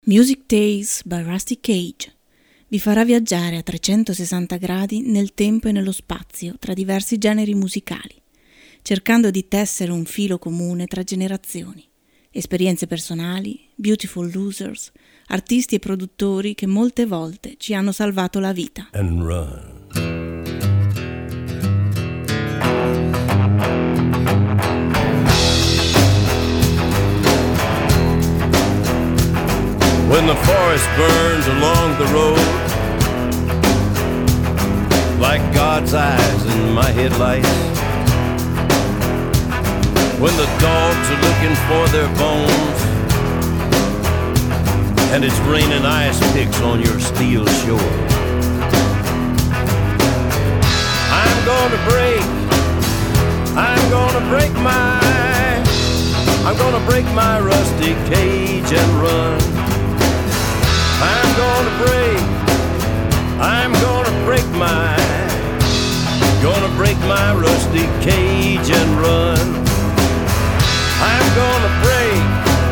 Music Days by Rusty Cage vi farà viaggiare a 360 gradi nel tempo e nello spazio tra diversi generi musicali, cercando di tessere un filo comune tra generazioni, esperienze personali, beautiful losers, artisti e produttori che molte volte ci hanno salvato la vita. And run. When the forest burns along the road, like God's eyes in my headlights, when the dogs are looking for their bones, and it's raining ice picks on your steel shore, I'm gonna break my rusty cage and run. I'm gonna break my rusty cage and run. I'm gonna break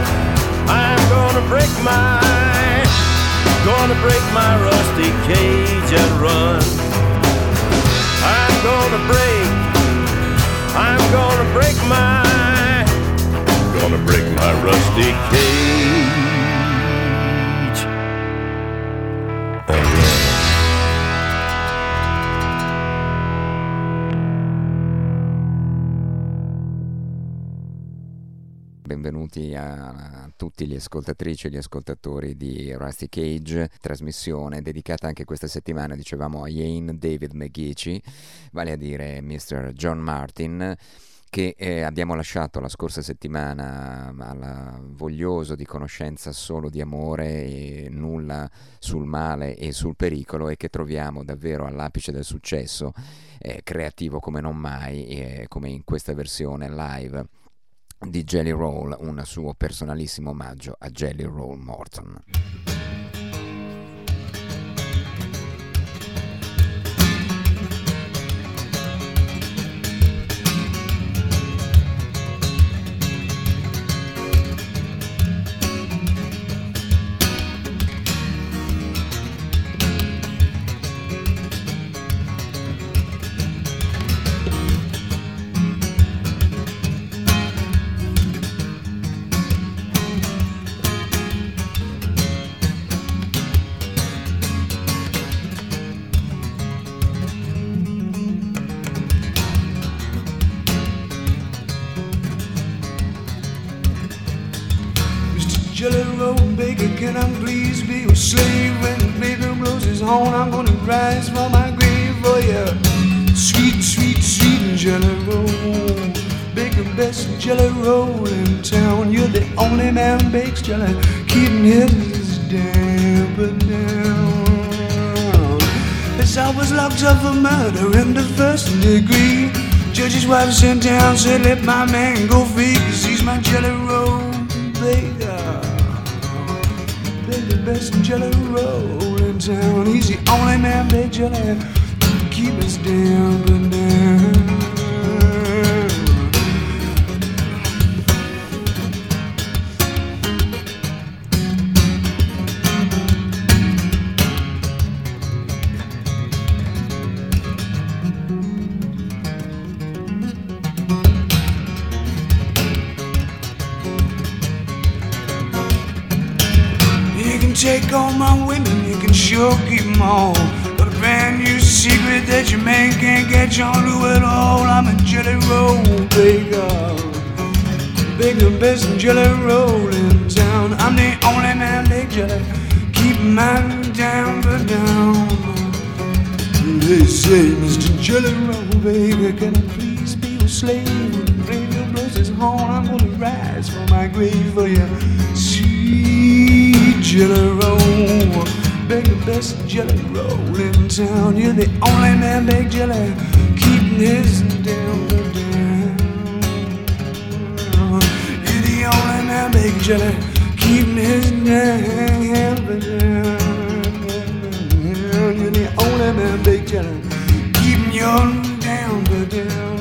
my rusty cage and run. I'm gonna break my rusty cage and run. Benvenuti a tutti gli ascoltatrici e gli ascoltatori di Rusty Cage, trasmissione dedicata anche questa settimana, dicevamo, a Ian David McGeachie, vale a dire Mr. John Martyn, che abbiamo lasciato la scorsa settimana voglioso di conoscenza solo di amore e nulla sul male e sul pericolo, e che troviamo davvero all'apice del successo, creativo come non mai, come in questa versione live di Jelly Roll, un suo personalissimo omaggio a Jelly Roll Morton. Jelly Roll Baker, can I please be your slave? When the baker blows his horn, I'm gonna rise from my grave for you. Sweet, sweet, sweet Jelly Roll Baker, best Jelly Roll in town. You're the only man bakes jelly, keeping his damper down. It's always locked up for murder in the first degree. Judge's wife sent down, said let my man go free, 'cause he's my Jelly Roll Baker. The best Jelly Roll in town. He's the only man baked jelly, keep us down and down. Take all my women, you can sure keep them all. Got a brand new secret that your man can't catch on to it all. I'm a Jelly Roll Baker, bigger, best Jelly Roll in town. I'm the only man baked jelly, keep mine down but down. They say, Mr. Jelly Roll Baker, can I please be your slave? When the radio blows his horn, I'm gonna rise from my grave for you. Sweet Jelly Roll, bigger, best Jelly Roll in town. You're the only man baked jelly, keeping his down but down. You're the only man baked jelly, keeping his down but down. You're the only man baked jelly, keeping your down but down.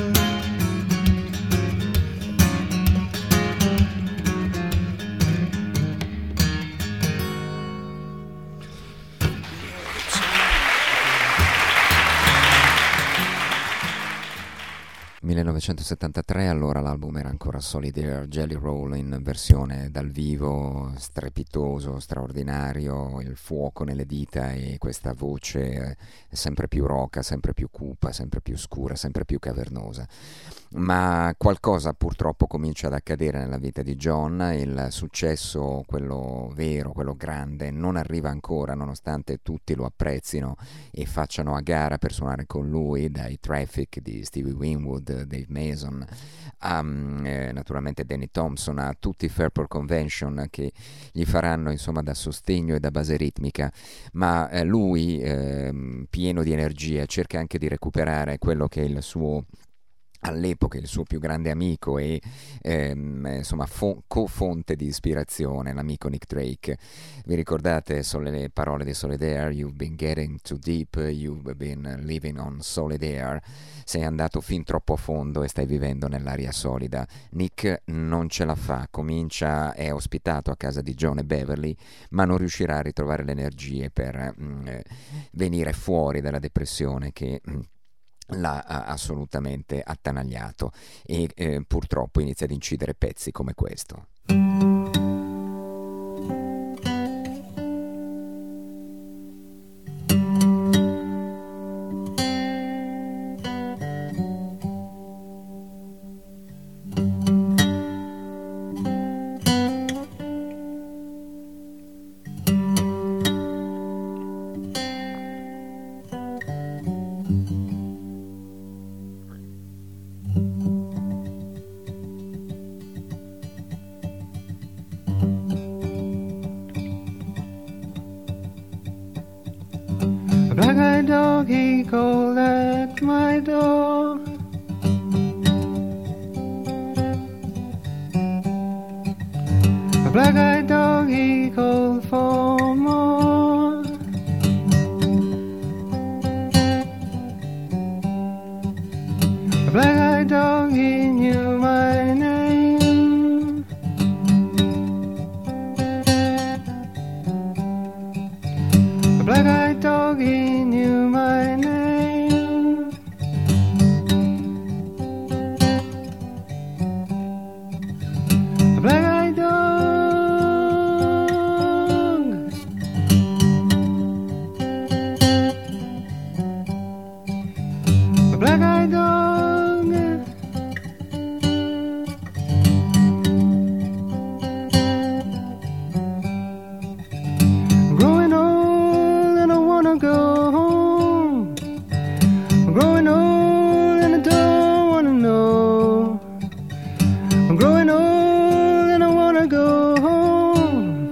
1973, allora l'album era ancora Solid Air, Jelly Roll in versione dal vivo, strepitoso, straordinario, il fuoco nelle dita e questa voce sempre più roca, sempre più cupa, sempre più scura, sempre più cavernosa. Ma qualcosa purtroppo comincia ad accadere nella vita di John, il successo, quello vero, quello grande, non arriva ancora nonostante tutti lo apprezzino e facciano a gara per suonare con lui, dai Traffic di Stevie Winwood, Dave Mason, a naturalmente Danny Thompson, a tutti i Fairport Convention che gli faranno insomma da sostegno e da base ritmica, ma lui pieno di energia cerca anche di recuperare quello che è il suo all'epoca il suo più grande amico e insomma co-fonte di ispirazione, l'amico Nick Drake. Vi ricordate le parole di Solid Air? You've been getting too deep, you've been living on solid air. Sei andato fin troppo a fondo e stai vivendo nell'aria solida. Nick non ce la fa, è ospitato a casa di John e Beverly, ma non riuscirà a ritrovare le energie per venire fuori dalla depressione che l'ha assolutamente attanagliato e purtroppo inizia ad incidere pezzi come questo. Black-eyed dog, he called at my door. A black-eyed dog, he called for more. A black-eyed dog, he knew my name. A black-eyed dog, he knew my name. A black-eyed dog. A black-eyed dog. I'm growing old and I wanna go home. I'm growing old and I don't wanna know. I'm growing old and I wanna go home.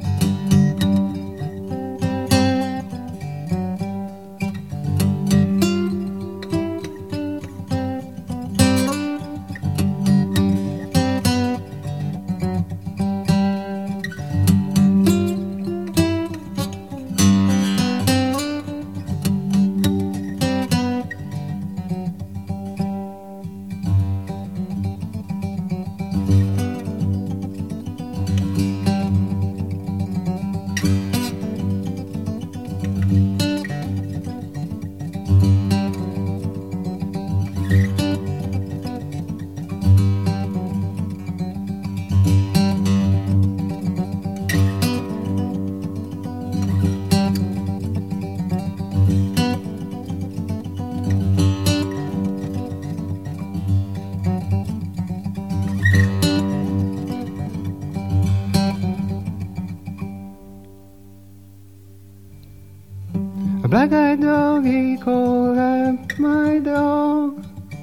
A black-eyed dog, he called at my door.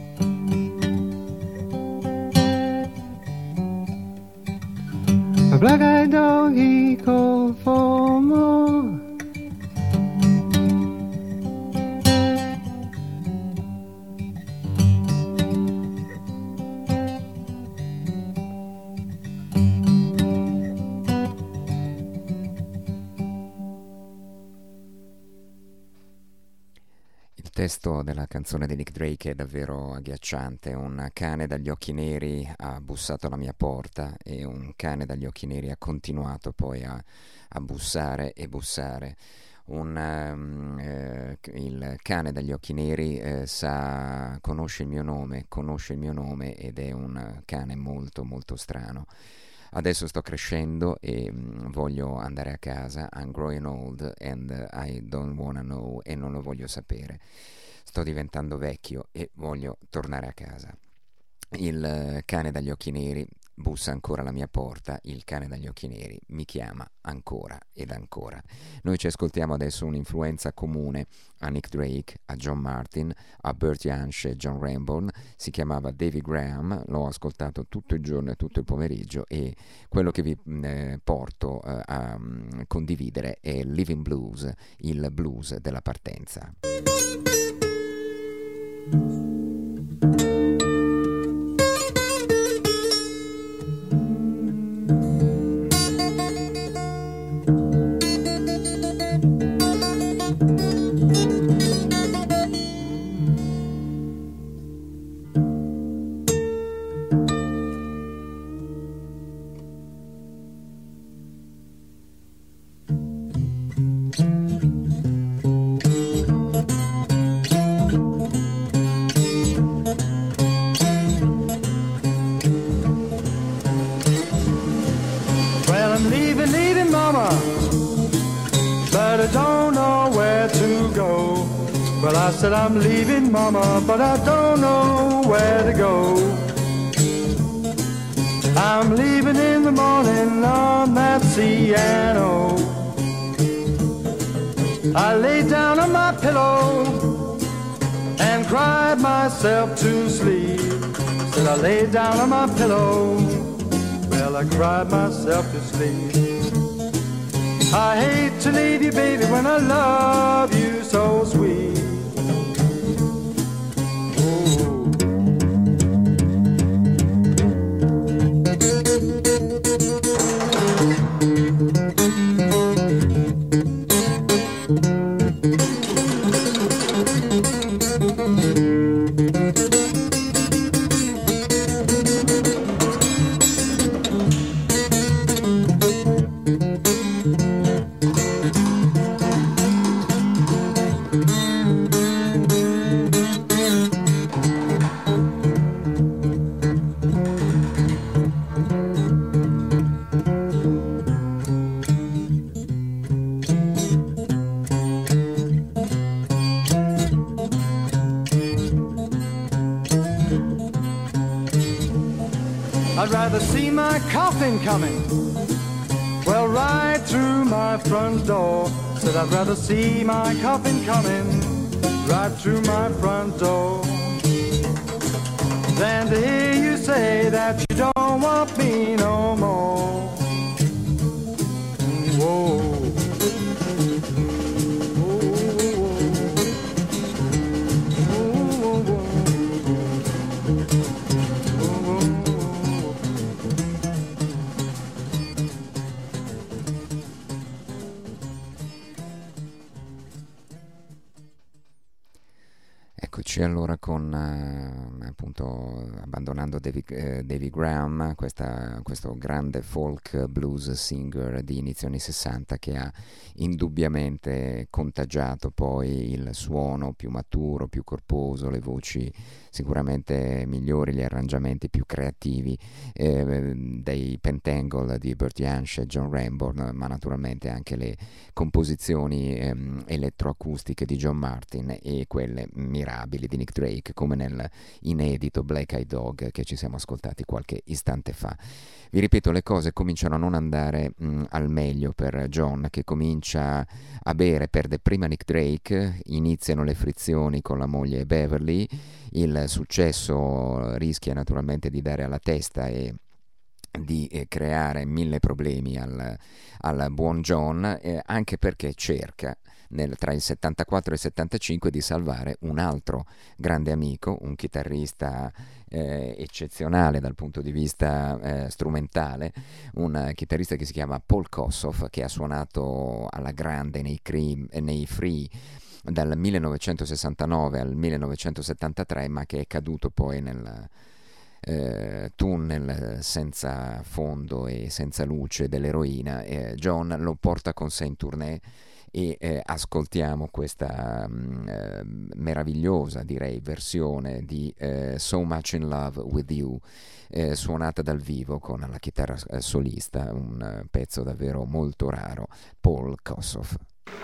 A black-eyed dog, he called for more. Il testo della canzone di Nick Drake è davvero agghiacciante. Un cane dagli occhi neri ha bussato alla mia porta e un cane dagli occhi neri ha continuato poi a bussare e bussare. il cane dagli occhi neri conosce il mio nome ed è un cane molto molto strano. Adesso sto crescendo e voglio andare a casa. I'm growing old and I don't wanna know, e non lo voglio sapere. Sto diventando vecchio e voglio tornare a casa. Il cane dagli occhi neri bussa ancora alla mia porta, il cane dagli occhi neri mi chiama ancora ed ancora. Noi ci ascoltiamo adesso un'influenza comune a Nick Drake, a John Martin, a Bert Jansch e John Renbourn. Si chiamava David Graham, l'ho ascoltato tutto il giorno e tutto il pomeriggio, e quello che vi porto a condividere è Living Blues, il blues della partenza. I said I'm leaving, Mama, but I don't know where to go. I'm leaving in the morning on that C&O. I laid down on my pillow and cried myself to sleep. Said I laid down on my pillow, well, I cried myself to sleep. I hate to leave you, baby, when I love you so sweet. I'd rather see my coffin coming, well, right through my front door. Said I'd rather see my coffin coming, right through my front door, than to hear you say that you don't want me no more. Whoa. Eccoci allora con appunto abbandonando David Graham, questo grande folk blues singer di inizio anni 60 che ha indubbiamente contagiato poi il suono più maturo, più corposo, le voci sicuramente migliori, gli arrangiamenti più creativi dei Pentangle di Bert Jansch e John Renbourn, ma naturalmente anche le composizioni elettroacustiche di John Martin e quelle mirabili di Nick Drake, come nel inedito Black Eyed Dog che ci siamo ascoltati qualche istante fa. Vi ripeto, le cose cominciano a non andare al meglio per John, che comincia a bere, perde prima Nick Drake, iniziano le frizioni con la moglie Beverly, il successo rischia naturalmente di dare alla testa e di creare 1000 problemi al buon John, anche perché cerca tra il 74 e il 75 di salvare un altro grande amico, un chitarrista eccezionale dal punto di vista strumentale, un chitarrista che si chiama Paul Kossoff, che ha suonato alla grande nei Free dal 1969 al 1973, ma che è caduto poi nel tunnel senza fondo e senza luce dell'eroina. John lo porta con sé in tournée e ascoltiamo questa meravigliosa, direi, versione di So Much in Love with You, suonata dal vivo con la chitarra solista, un pezzo davvero molto raro, Paul Kossoff.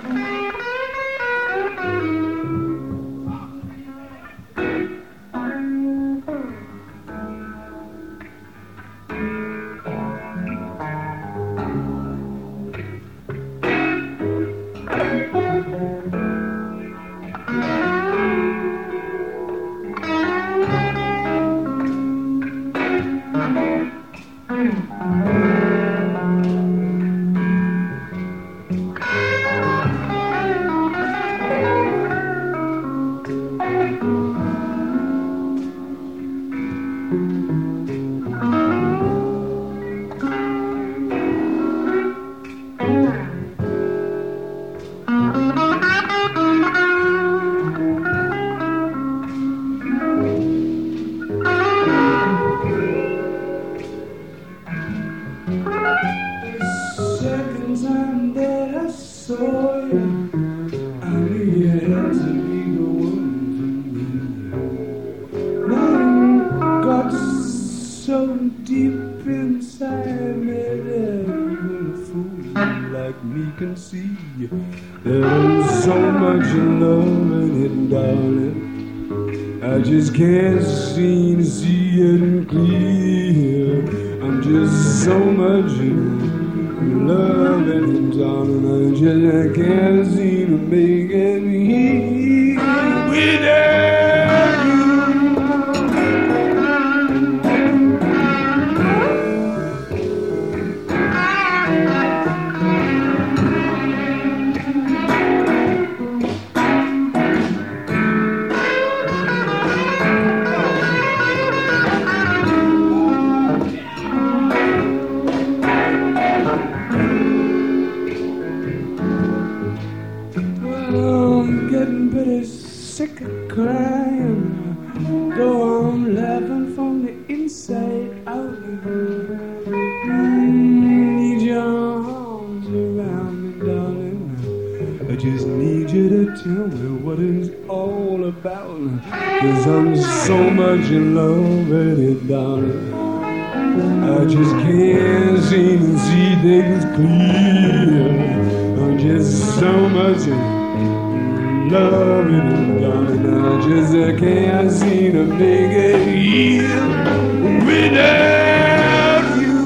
I just can't seem to see it clear. I'm just so much in love and darling, I just can't seem to make it here without you. Sick of crying, though I'm laughing from the inside out. Need your arms around me, darling. I just need you to tell me what it's all about. 'Cause I'm so much in love with it, darling. I just can't seem to see things clear. I'm just so much in love it, darling, I just can't seem to make it here without you.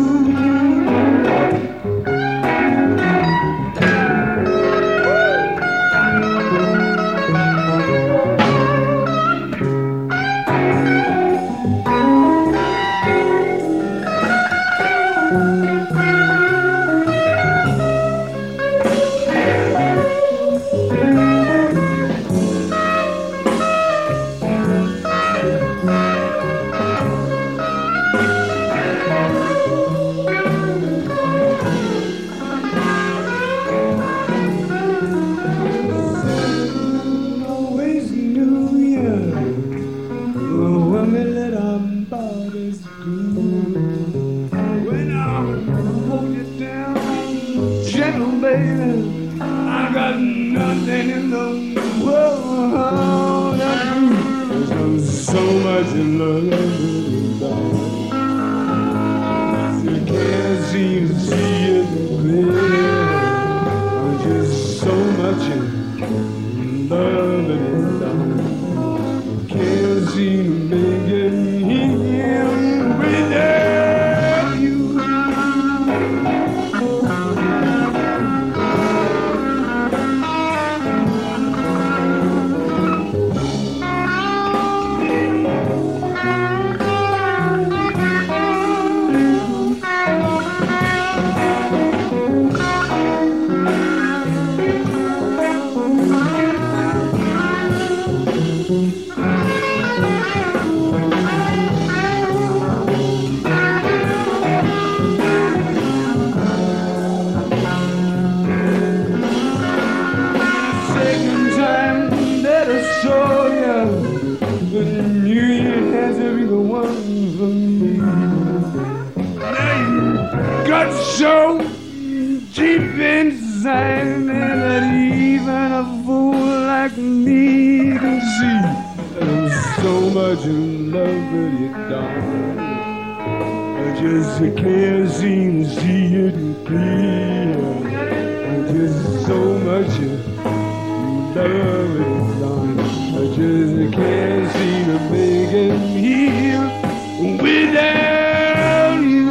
that even a fool like me can see. I'm so much in love with you, darling. I just can't seem to see it clear. I'm just so much in love with you, darling. I just can't seem to make it here without you.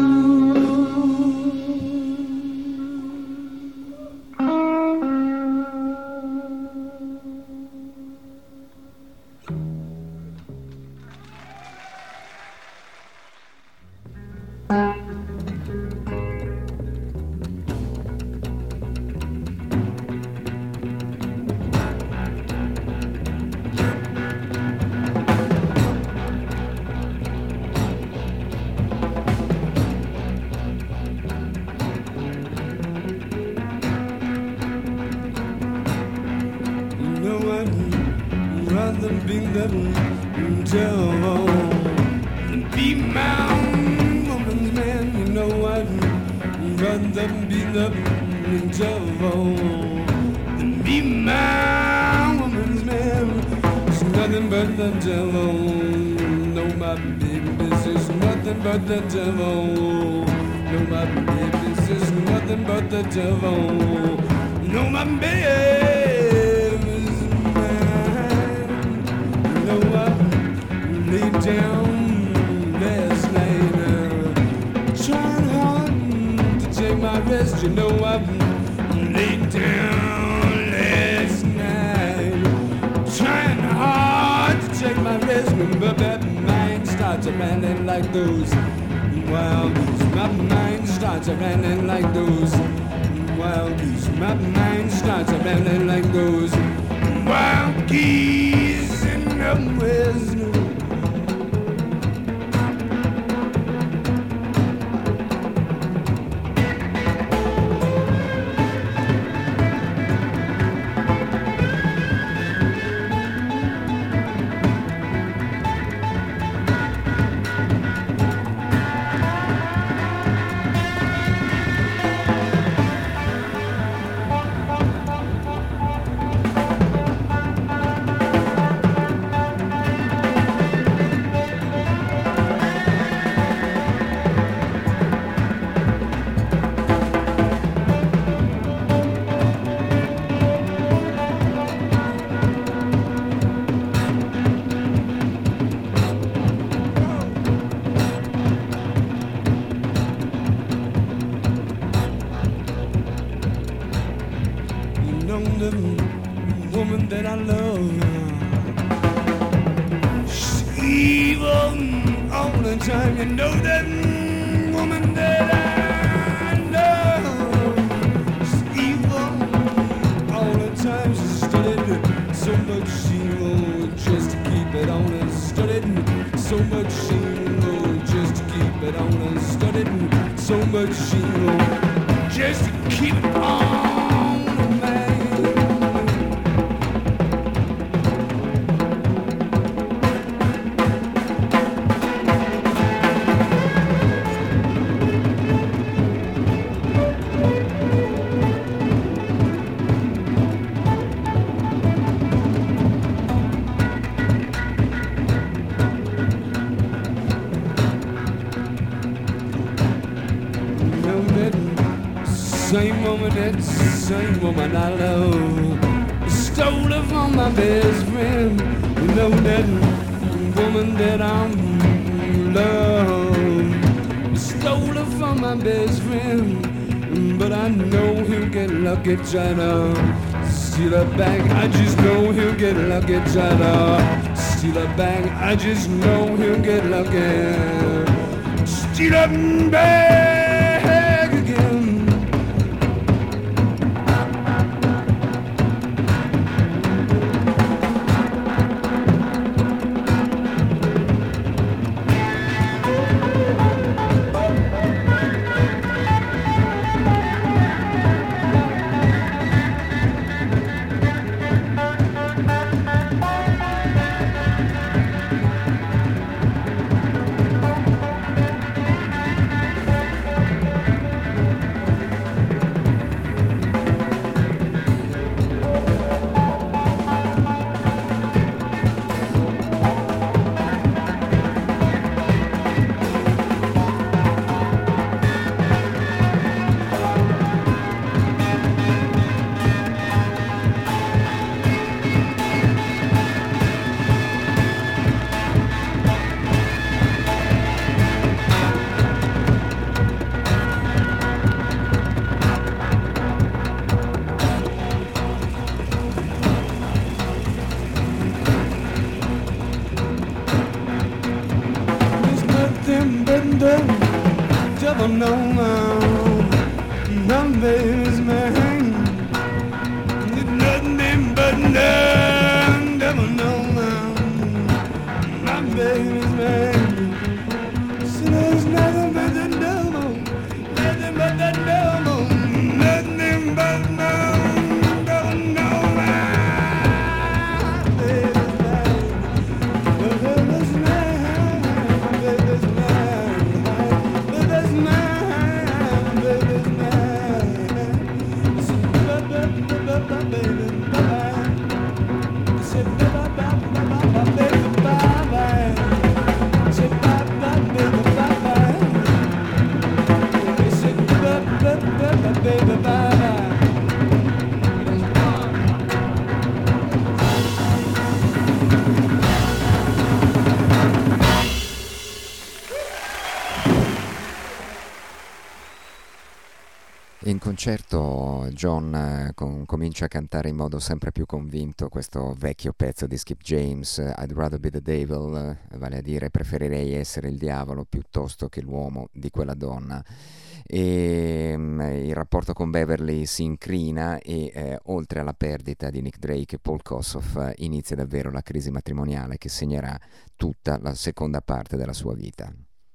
Same woman I love stole her from my best friend. You know that woman that I'm love stole her from my best friend. But I know he'll get lucky trying to steal her back. I just know he'll get lucky trying to steal her back. I just know he'll get lucky steal her back again. know my baby's mine. Nothing but none, devil know my baby's mine. So there's nothing but the devil, nothing but the devil, nothing but none, devil know my baby's mine. My baby's mine, my baby's mine, my baby's mine, my baby's mine. So baby, bye-bye. Say bye-bye, bye-bye, baby, bye-bye. Say bye-bye, baby, bye-bye. Say bye-bye, baby, bye-bye. In concerto John comincia a cantare in modo sempre più convinto questo vecchio pezzo di Skip James, I'd rather be the devil, vale a dire preferirei essere il diavolo piuttosto che l'uomo di quella donna. E il rapporto con Beverly si incrina e oltre alla perdita di Nick Drake e Paul Kossoff inizia davvero la crisi matrimoniale che segnerà tutta la seconda parte della sua vita.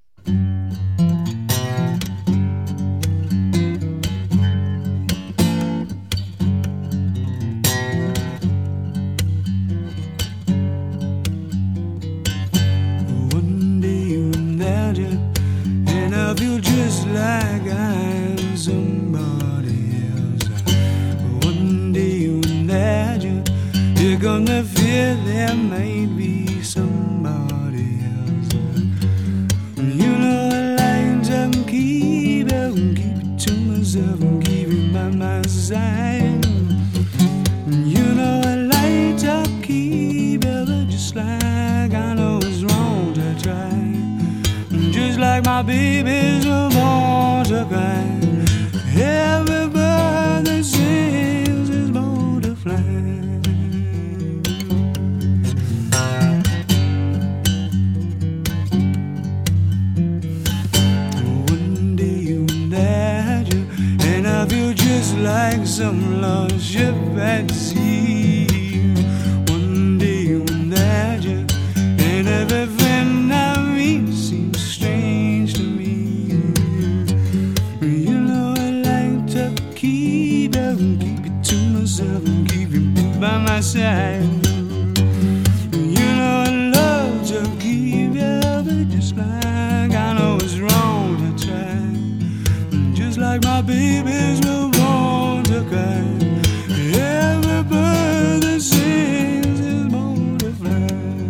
I feel just like I'm somebody else. One day without you, you're gonna feel there might be somebody else. You know I like to keep it to myself and keep it by my side. You know I like to keep it just like I know it's wrong to try. Just like my babies were born to cry. Every bird that sings is born to fly. One day without you, and I feel just like some lost ship at sea. One day without you, and everything I meet seems strange to me. You know I like to keep it to myself and keep it by my side. You know I love to keep it just like I know it's wrong to try. Just like my babies were born to cry. Every bird that sings is born to fly.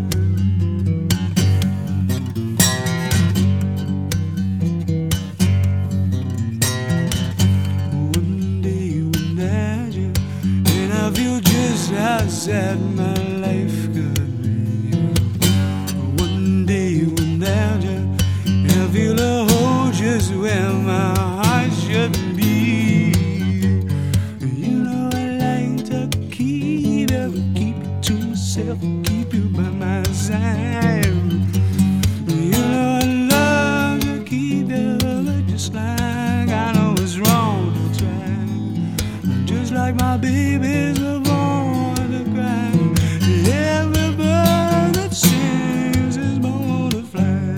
How sad my life could be. One day without you, I feel a hole just where my heart should be. You know I like to keep it to myself, keep you by my side. You know I love to keep it just like I know it's wrong to try. Just like my babies were born to cry. Every bird that sings is born to fly.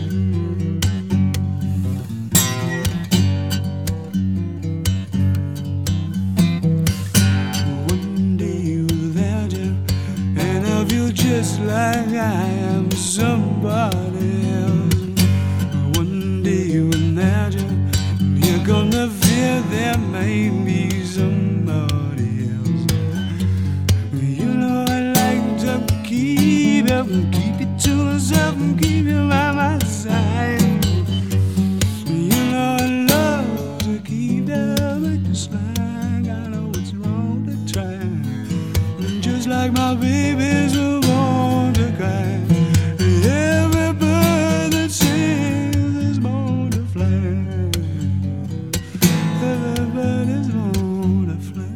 One day without you, and I feel just like I am somebody else. One day without you, you're gonna feel there may be somebody else. You know I like to keep it to myself and keep you by my side. You know I love to keep it just like I know it's wrong to try. Just like my babies were born to cry. Every bird that sings is born to fly. Every bird is born to fly.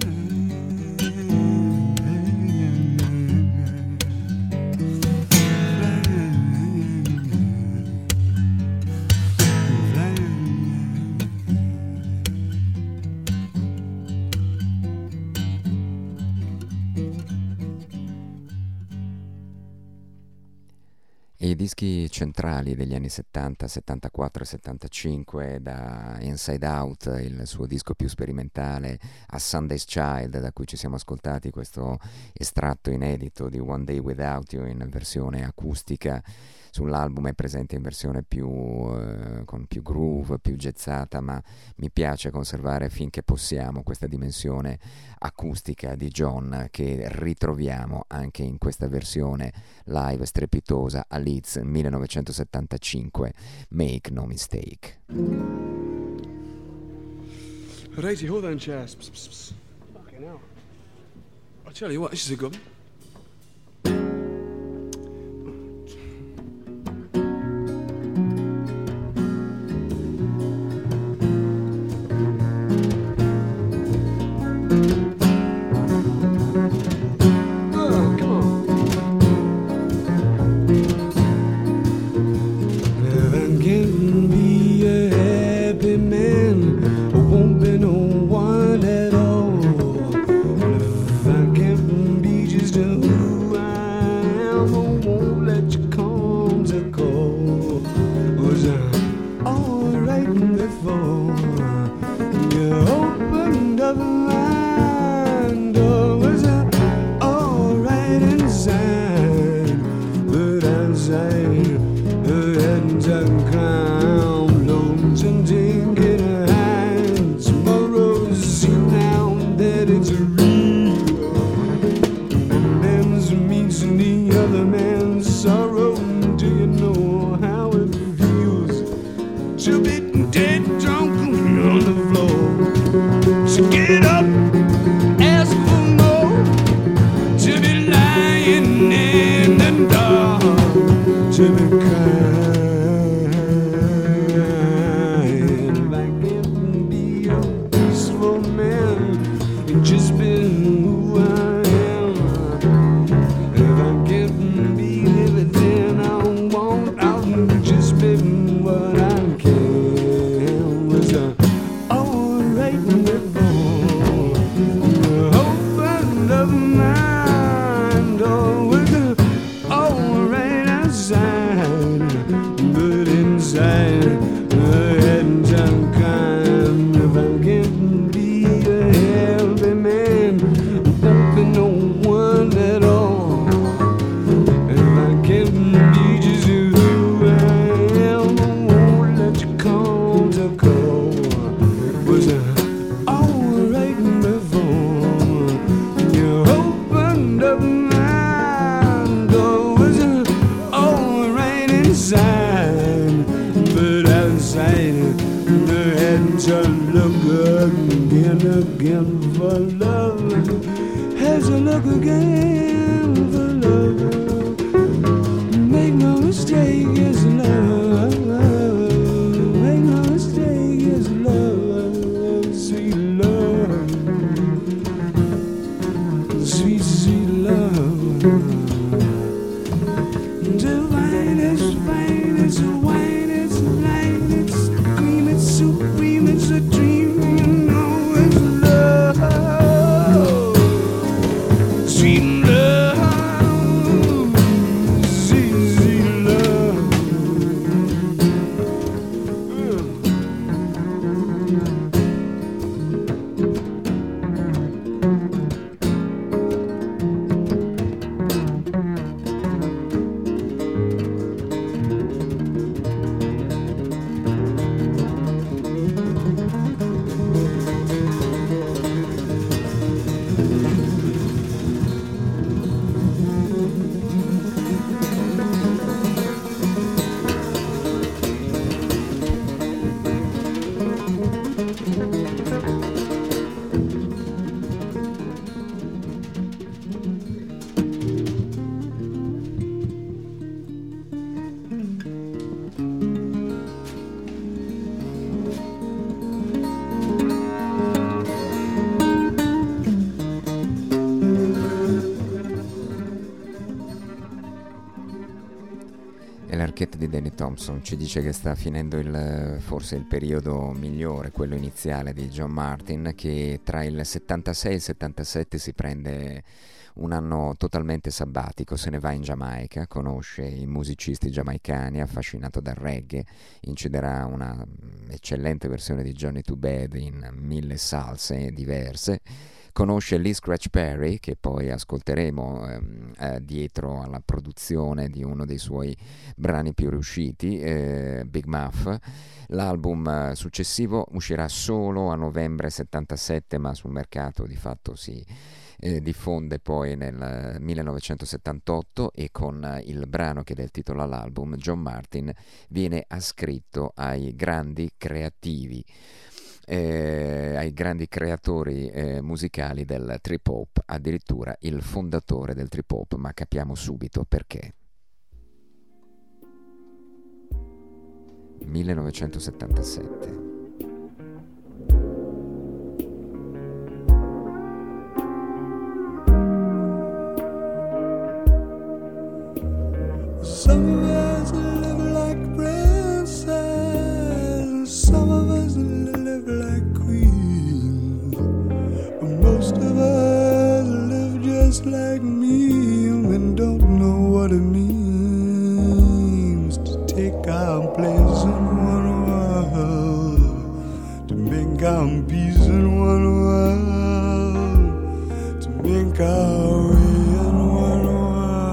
Fly. E i dischi centrali degli anni 70, 74 e 75, da Inside Out, il suo disco più sperimentale, a Sunday's Child, da cui ci siamo ascoltati questo estratto inedito di One Day Without You in versione acustica. Sull'album è presente in versione più con più groove, più jazzata, ma mi piace conservare finché possiamo questa dimensione acustica di John, che ritroviamo anche in questa versione live strepitosa a Leeds 1975, Make No Mistake. Righty ho then, chaps. Fucking hell. I'll tell you what, this is a good one. Sweet love. Ticket di Danny Thompson ci dice che sta finendo forse il periodo migliore, quello iniziale di John Martyn, che tra il 76 e il 77 si prende un anno totalmente sabbatico, se ne va in Giamaica, conosce i musicisti giamaicani, affascinato dal reggae, inciderà una eccellente versione di Johnny Too Bad in 1000 salse diverse. Conosce Lee Scratch Perry, che poi ascolteremo dietro alla produzione di uno dei suoi brani più riusciti, Big Muff. L'album successivo uscirà solo a novembre 77, ma sul mercato di fatto si diffonde poi nel 1978, e con il brano che dà il titolo all'album, John Martyn viene ascritto ai grandi creativi, ai grandi creatori musicali del trip hop, addirittura il fondatore del trip hop, ma capiamo subito perché. 1977. Some of us live like princesses, some of us live like queens, but most of us live just like me and don't know what it means to take our place in one world, to make our peace in one world, to make our way in one world,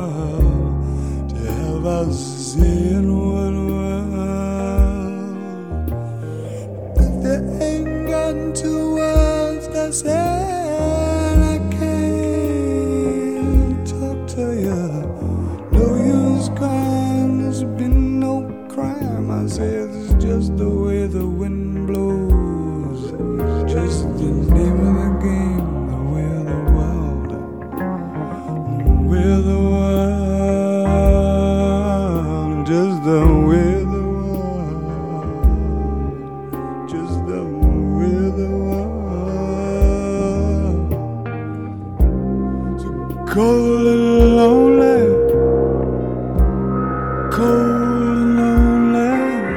us in one world. If there ain't got two words to say, I can't talk to you. No use crying, there's been no crime. I say it's just the way the wind blows. It's just the name of the game, the way of the world, the way of the world. Just the way the world, just the way the world. So cold and lonely, cold and lonely,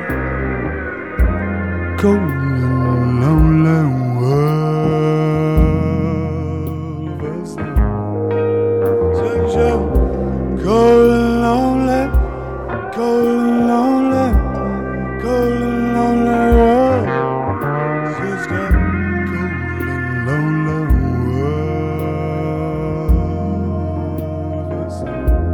cold and lonely world. Such a cold and lonely, cold and lonely, cold and lonely world. Just a cold and lonely world.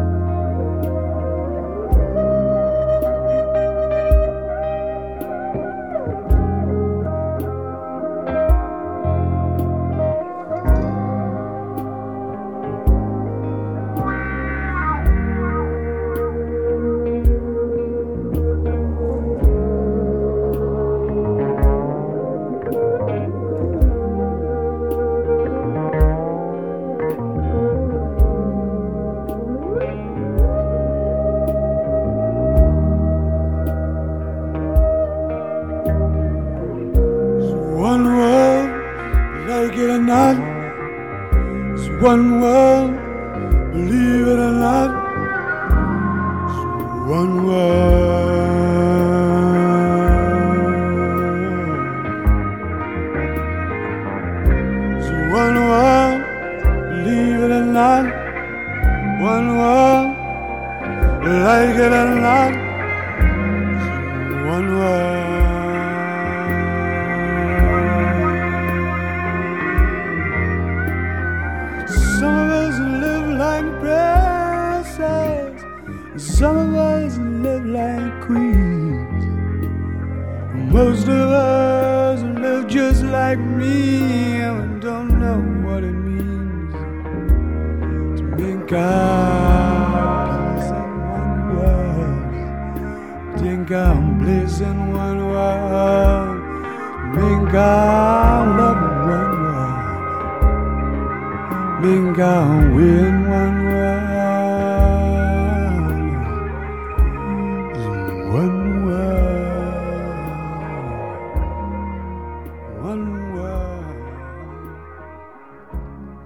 One world, believe it or not, it's one world. It's one world, believe it or not, one world, like it or not, it's one world. Some of us live like queens. Most of us live just like me and don't know what it means to make our peace in one world, take our bliss in one world, make our love in one world, make our way in one world. One world, one world,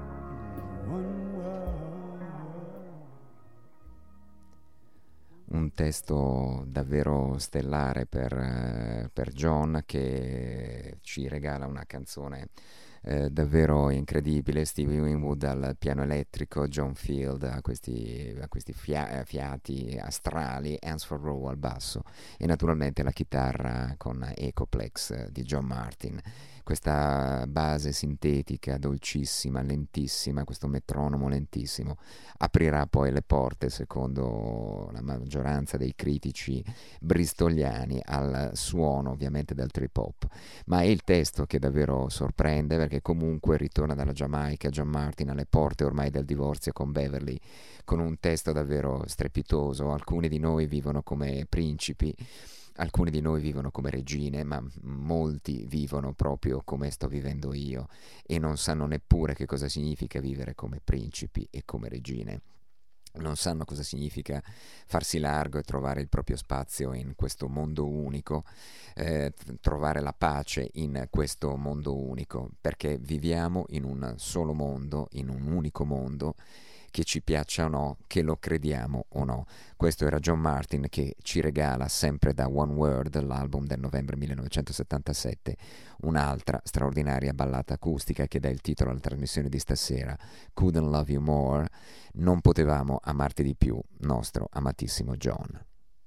one world. un testo davvero stellare per John, che ci regala una canzone davvero incredibile. Stevie Winwood al piano elettrico, John Field a questi fiati astrali, Hansford Rowe al basso e naturalmente la chitarra con Echoplex di John Martin. Questa base sintetica dolcissima, lentissima, questo metronomo lentissimo aprirà poi le porte, secondo la maggioranza dei critici bristoliani, al suono ovviamente del trip hop. Ma è il testo che davvero sorprende, perché comunque ritorna dalla Giamaica John Martin alle porte ormai del divorzio con Beverly, con un testo davvero strepitoso. Alcuni di noi vivono come principi, alcuni di noi vivono come regine, ma molti vivono proprio come sto vivendo io e non sanno neppure che cosa significa vivere come principi e come regine. Non sanno cosa significa farsi largo e trovare il proprio spazio in questo mondo unico, trovare la pace in questo mondo unico, perché viviamo in un solo mondo, in un unico mondo, che ci piaccia o no, che lo crediamo o no. Questo era John Martin, che ci regala sempre da One Word, l'album del novembre 1977, un'altra straordinaria ballata acustica che dà il titolo alla trasmissione di stasera, Couldn't Love You More, non potevamo amarti di più, nostro amatissimo John.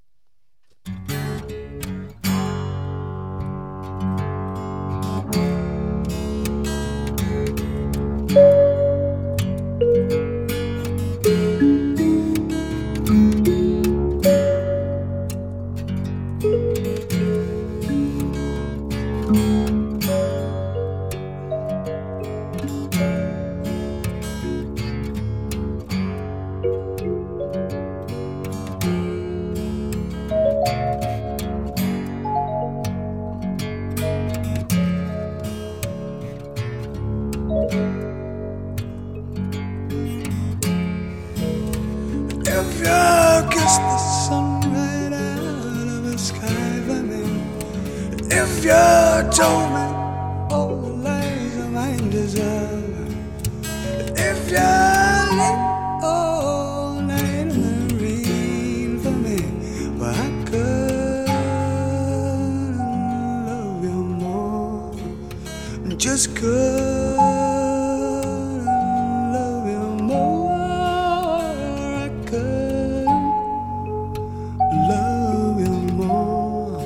If you kiss the sun right out of the sky for me, if you told me all the lies of my deserve, if you lay all night in the rain for me, well, I couldn't love you more, just couldn't love you more. Love you more.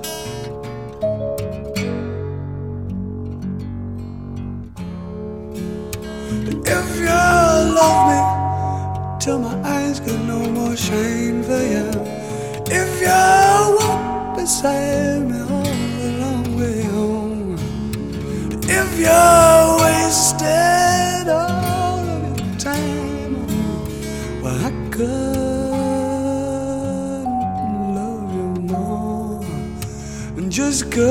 If you love me till my eyes got no more shine for you, if you walk beside me all the long way home, if you wasted all of your time, well, I could just couldn't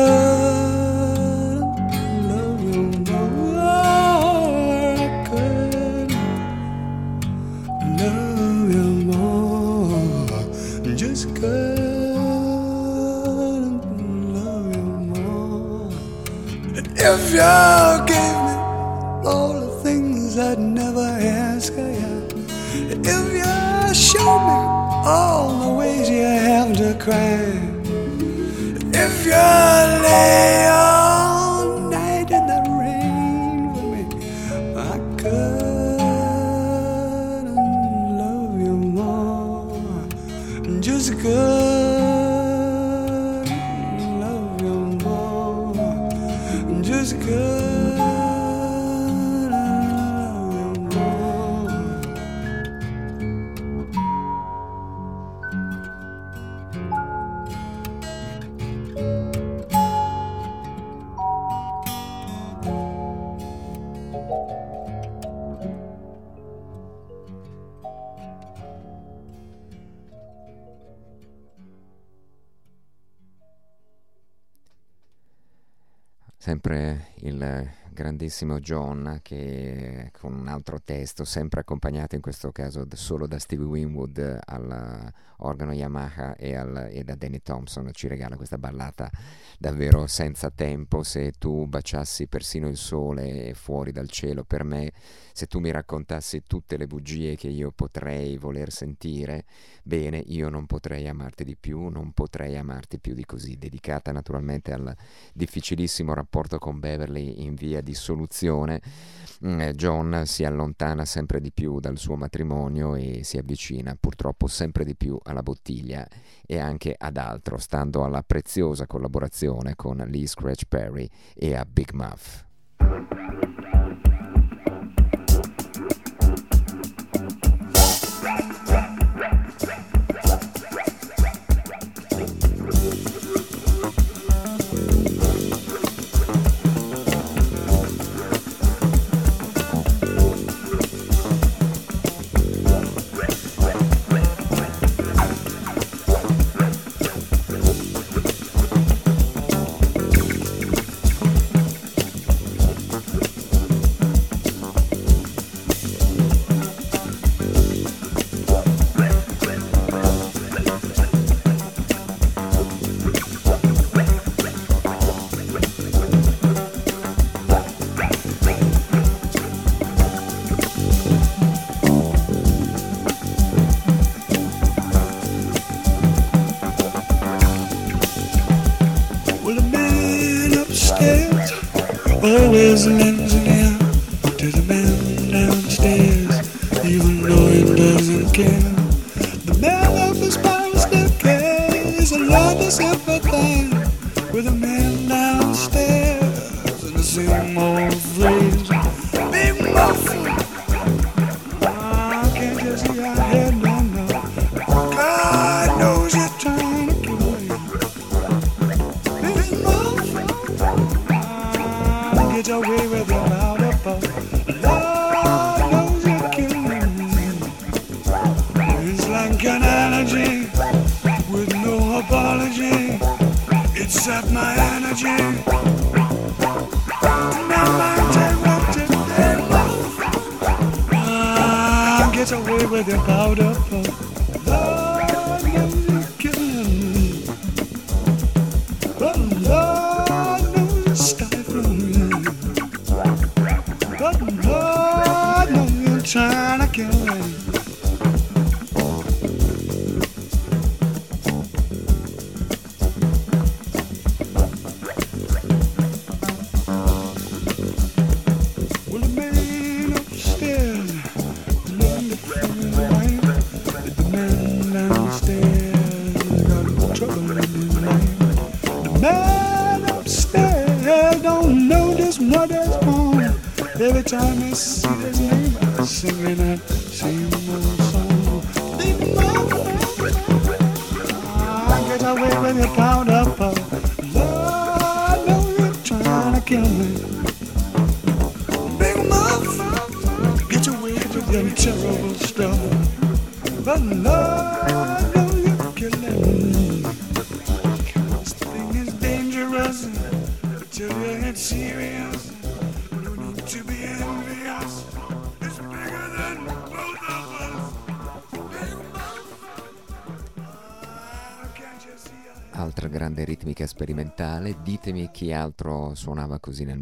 love you more. I couldn't love you more. Just couldn't love you more. If you gave me all the things I'd never ask of you, if you showed me all the ways you have to cry, if you lay all night in the rain for me, I couldn't love you more. Just couldn't love you more. Just couldn't love you more. Sempre il grandissimo John, che con un altro testo, sempre accompagnato in questo caso solo da Stevie Winwood all'organo Yamaha e da Danny Thompson, ci regala questa ballata davvero senza tempo. Se tu baciassi persino il sole fuori dal cielo per me, se tu mi raccontassi tutte le bugie che io potrei voler sentire, bene, io non potrei amarti di più, non potrei amarti più di così. Dedicata naturalmente al difficilissimo rapporto con Beverly in via di soluzione, John si allontana sempre di più dal suo matrimonio e si avvicina purtroppo sempre di più alla bottiglia e anche ad altro, stando alla preziosa collaborazione con Lee Scratch Perry e a Big Muff. Always lends an ear to the man downstairs, even though he doesn't care. The man up the spiral staircase, I learned to sympathize with the man downstairs, and the same old phrase, big muffin. Can't you see our head? No, no. God knows you're trying to kill me. Big muffin. Get away with your mouth up. Lord knows you're killing me. It's like an allergy with no apology. It sapped my energy. Now I'm interrupted. Get away with your powder puff. Lord knows you're killing me. But Lord knows you're stifling me. But Lord knows you're trying to kill me. Well, the man upstairs learned it from his wife. The man downstairs got no trouble in his life. The man upstairs don't know just what is wrong. Every time I see his name, I'm singing that same old song. Big mama, get away with your powder puff. Lord knows you're trying to kill me. Big mama, get away with your terrible stuff. But Lord knows you're killing me. This thing is dangerous until you get serious. No need to be envious. It's bigger than both of us. Big mama, can't you see? Altra grande ritmica sperimentale. Ditemi chi altro suonava così nel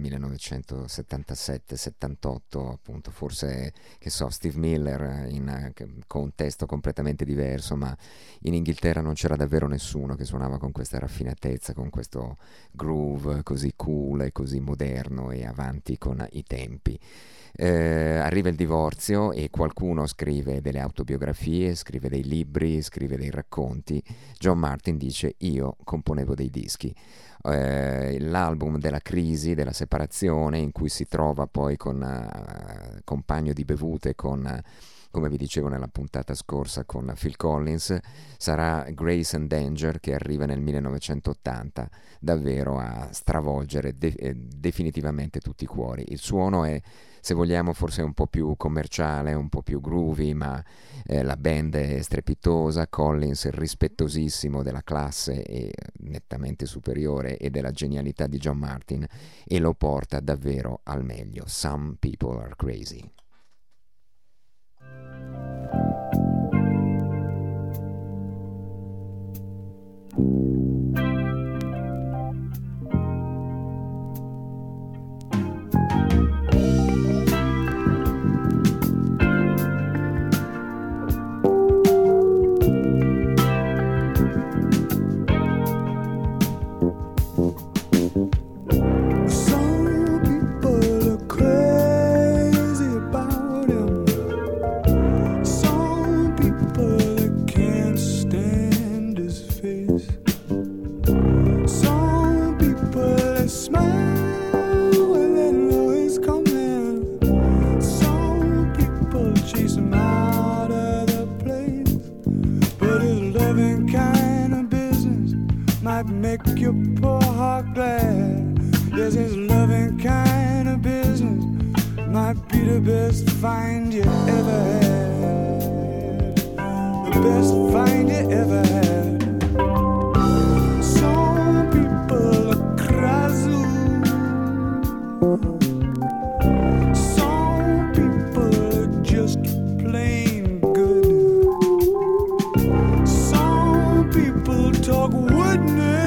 1977-78, appunto, forse, che so, Steve Miller con un testo completamente diverso, ma in Inghilterra non c'era davvero nessuno che suonava con questa raffinatezza, con questo groove così cool e così moderno e avanti con i tempi. Arriva il divorzio e qualcuno scrive delle autobiografie, scrive dei libri, scrive dei racconti. John Martyn dice: io componevo dei dischi. L'album della crisi, della separazione, in cui si trova poi con compagno di bevute, con, come vi dicevo nella puntata scorsa, con Phil Collins, sarà Grace and Danger, che arriva nel 1980 davvero a stravolgere definitivamente tutti i cuori. Il suono è, se vogliamo, forse un po' più commerciale, un po' più groovy, ma la band è strepitosa. Collins è rispettosissimo della classe e nettamente superiore stile e della genialità di John Martin, e lo porta davvero al meglio. Some People Are Crazy. Make your poor heart glad. Yes, his loving kind of business might be the best find you ever had. The best find you ever had. Some people are crazy. Some people are just plain good. Some people talk wooden.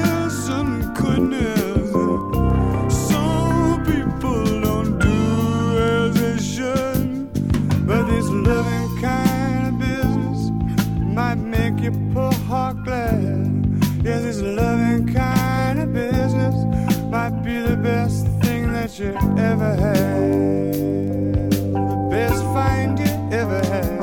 Your poor heart glad. Yes, this loving kind of business might be the best thing that you ever had. The best find you ever had.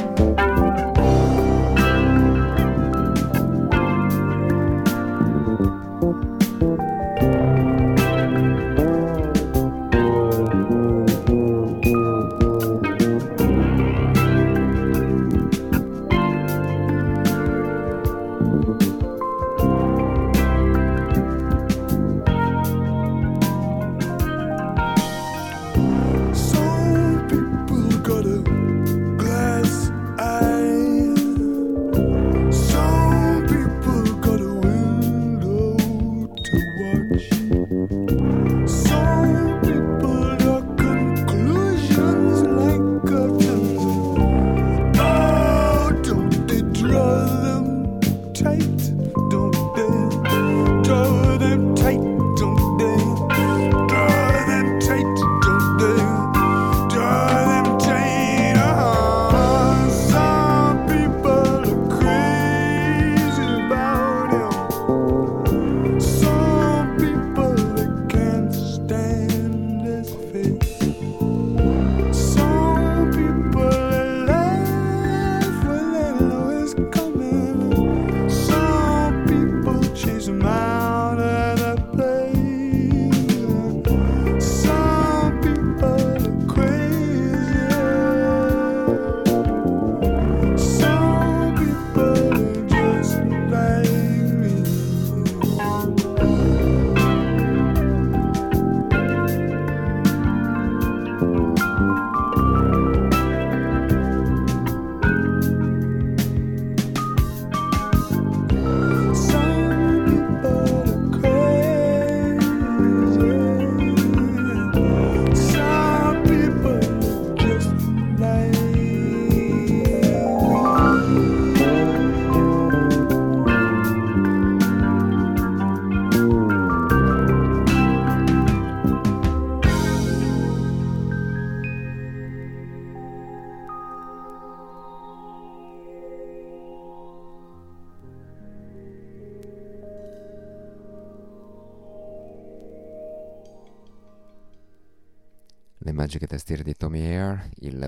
Le magiche tastiere di Tommy Eyre, il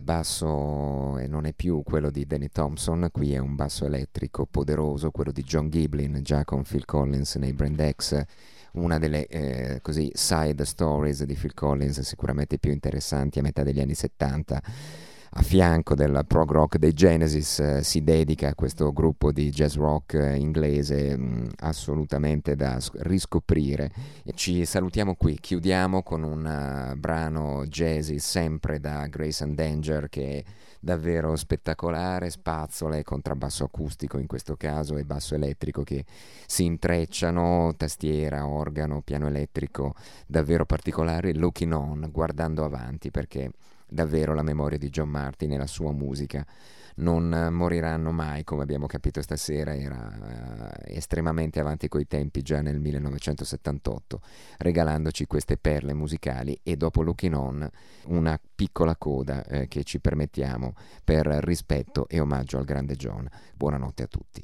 basso non è più quello di Danny Thompson, qui è un basso elettrico poderoso, quello di John Giblin, già con Phil Collins nei Brand X, una delle così side stories di Phil Collins sicuramente più interessanti a metà degli anni 70. a fianco del prog rock dei Genesis, si dedica a questo gruppo di jazz rock inglese assolutamente da riscoprire. E ci salutiamo qui, chiudiamo con un brano jazzy sempre da Grace and Danger, che è davvero spettacolare, spazzole, contrabbasso acustico in questo caso e basso elettrico che si intrecciano, tastiera, organo, piano elettrico davvero particolare. Looking On, guardando avanti, perché davvero la memoria di John Martyn e la sua musica non moriranno mai, come abbiamo capito stasera. Era estremamente avanti coi tempi già nel 1978, regalandoci queste perle musicali, e dopo Looking On una piccola coda che ci permettiamo per rispetto e omaggio al grande John. Buonanotte a tutti.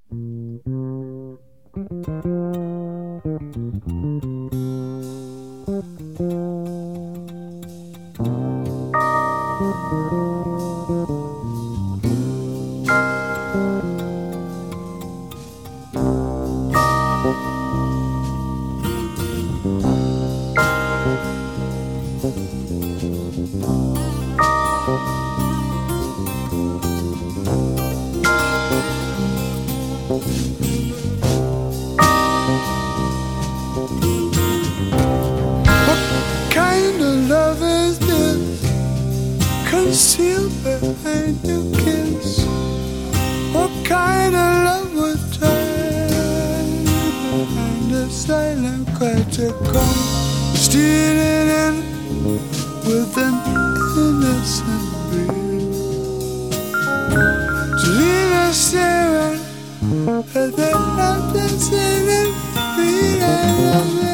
Concealed behind your kiss. What kind of love would hide behind a silent cry to come stealing in with an innocent breeze, to leave us staring at the emptiness and feeling of it.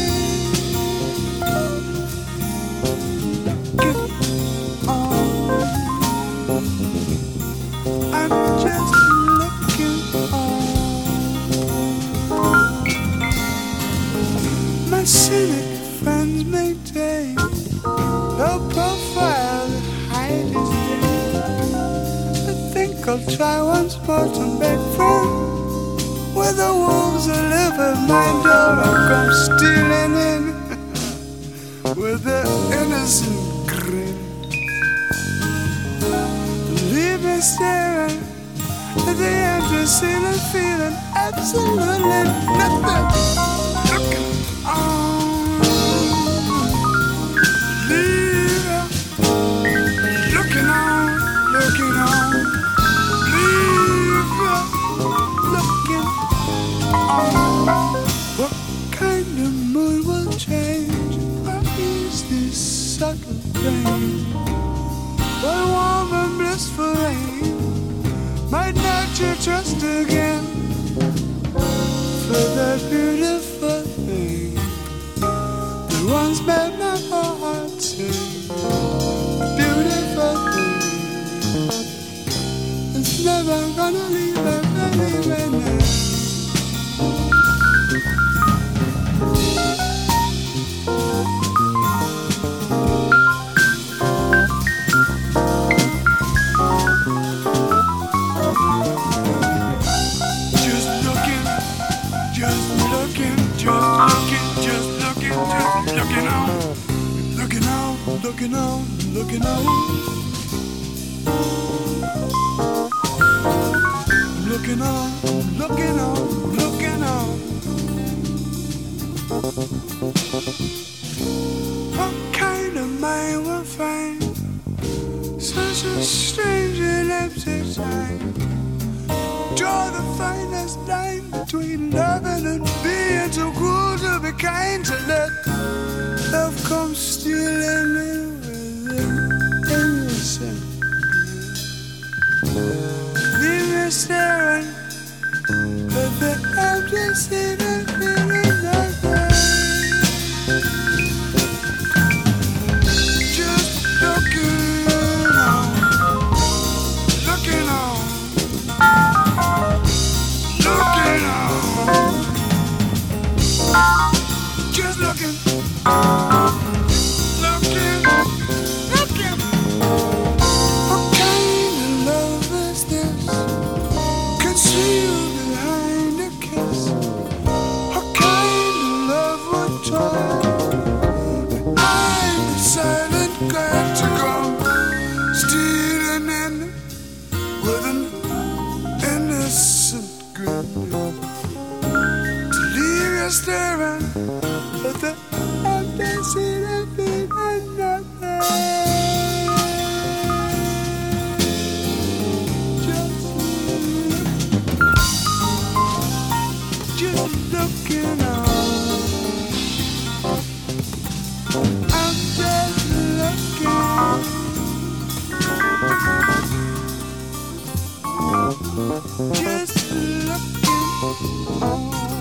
Cynic friends may take no profile that hide his name. I think I'll try once more to make friends with the wolves that live at my door. I'll come stealing in with their innocent grin, leave me staring at the empty ceiling, feeling absolutely nothing. Subtle pain, what warm and blissful rain might not you trust again for that beautiful thing that once made my heart sing. A beautiful thing that's never gonna leave me now. Looking on, looking on, looking on, looking on, looking on. What kind of mind will find such a strange and empty time? Draw the finest line between loving and being too cruel to be kind, to let love come stealing in with an innocent. Leave me staring at the empty seat and feeling nothing. Just looking on, looking on, looking on, just looking. Looking, looking. What kind of love is this? Concealed behind a kiss. and with an innocent grin to leave you staring at the empty seat and feeling nothing. Just looking on. I'm just looking. Just looking on.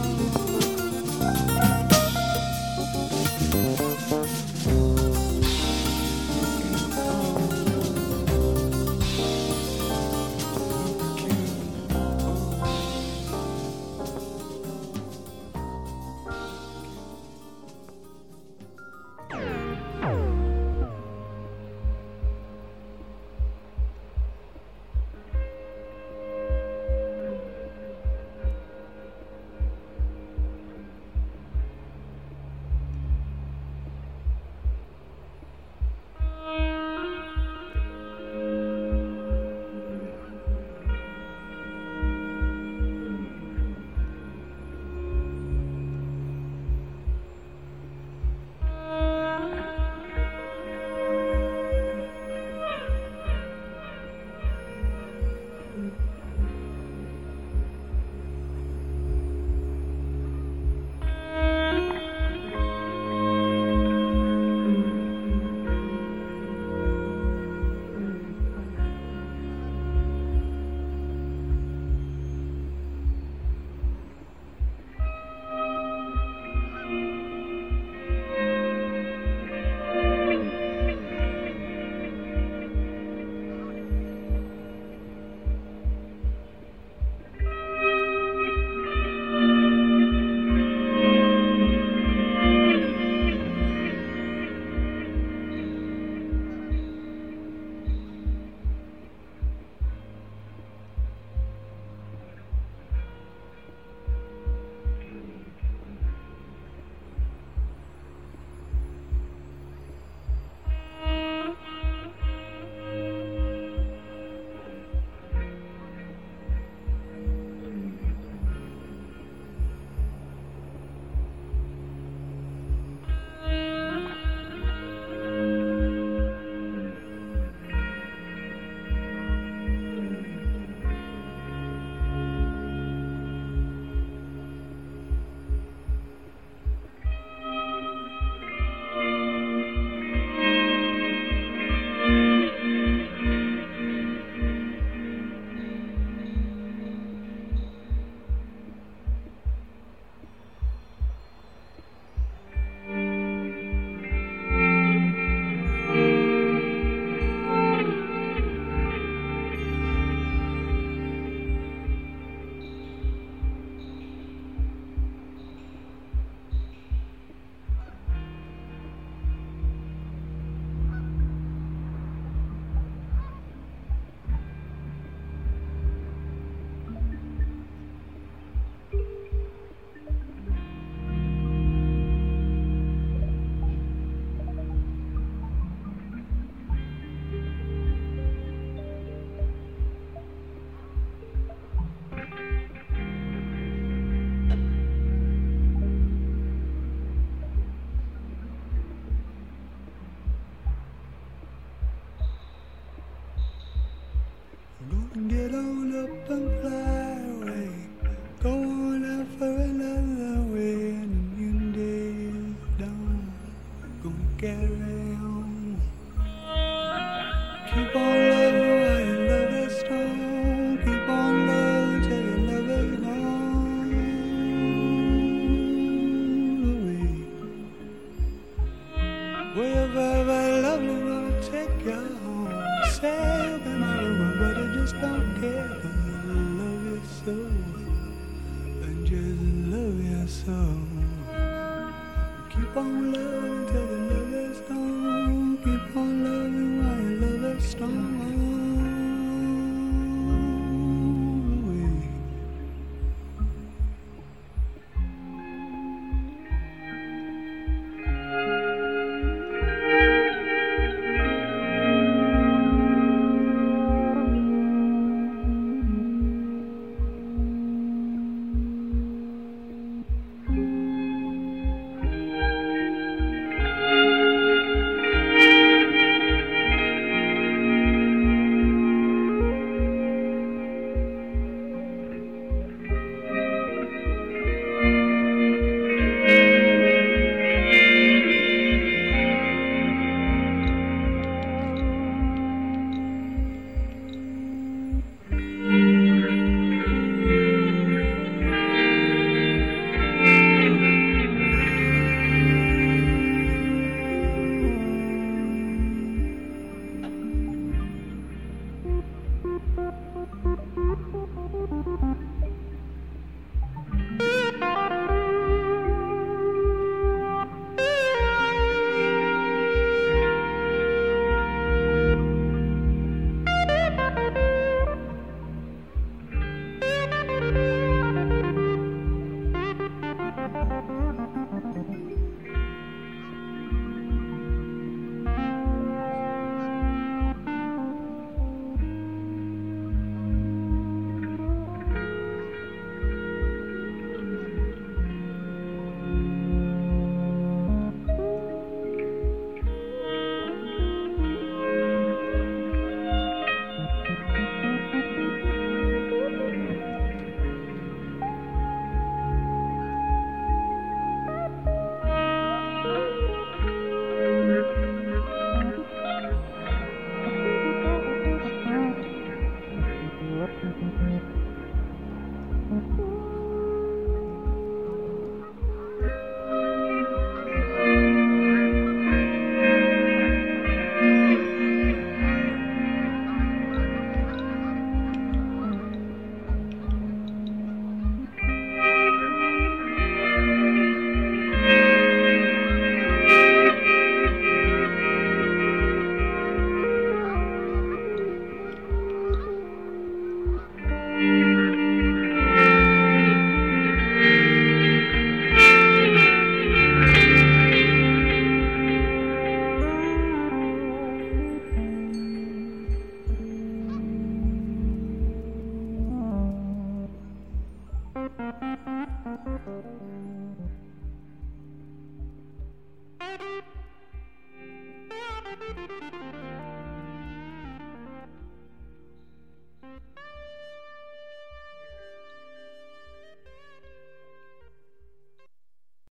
Get on up and fly away. Go on out for another way. And the new day is done. Gonna carry on. Keep on loving while your love is strong. Keep on loving till your love is gone away. Wherever lovely gonna take you home. Say you'll be my woman, but I just don't care. 'Cause I love you so. I just love you so. Keep on loving till your love is gone. Keep on loving while your love is strong.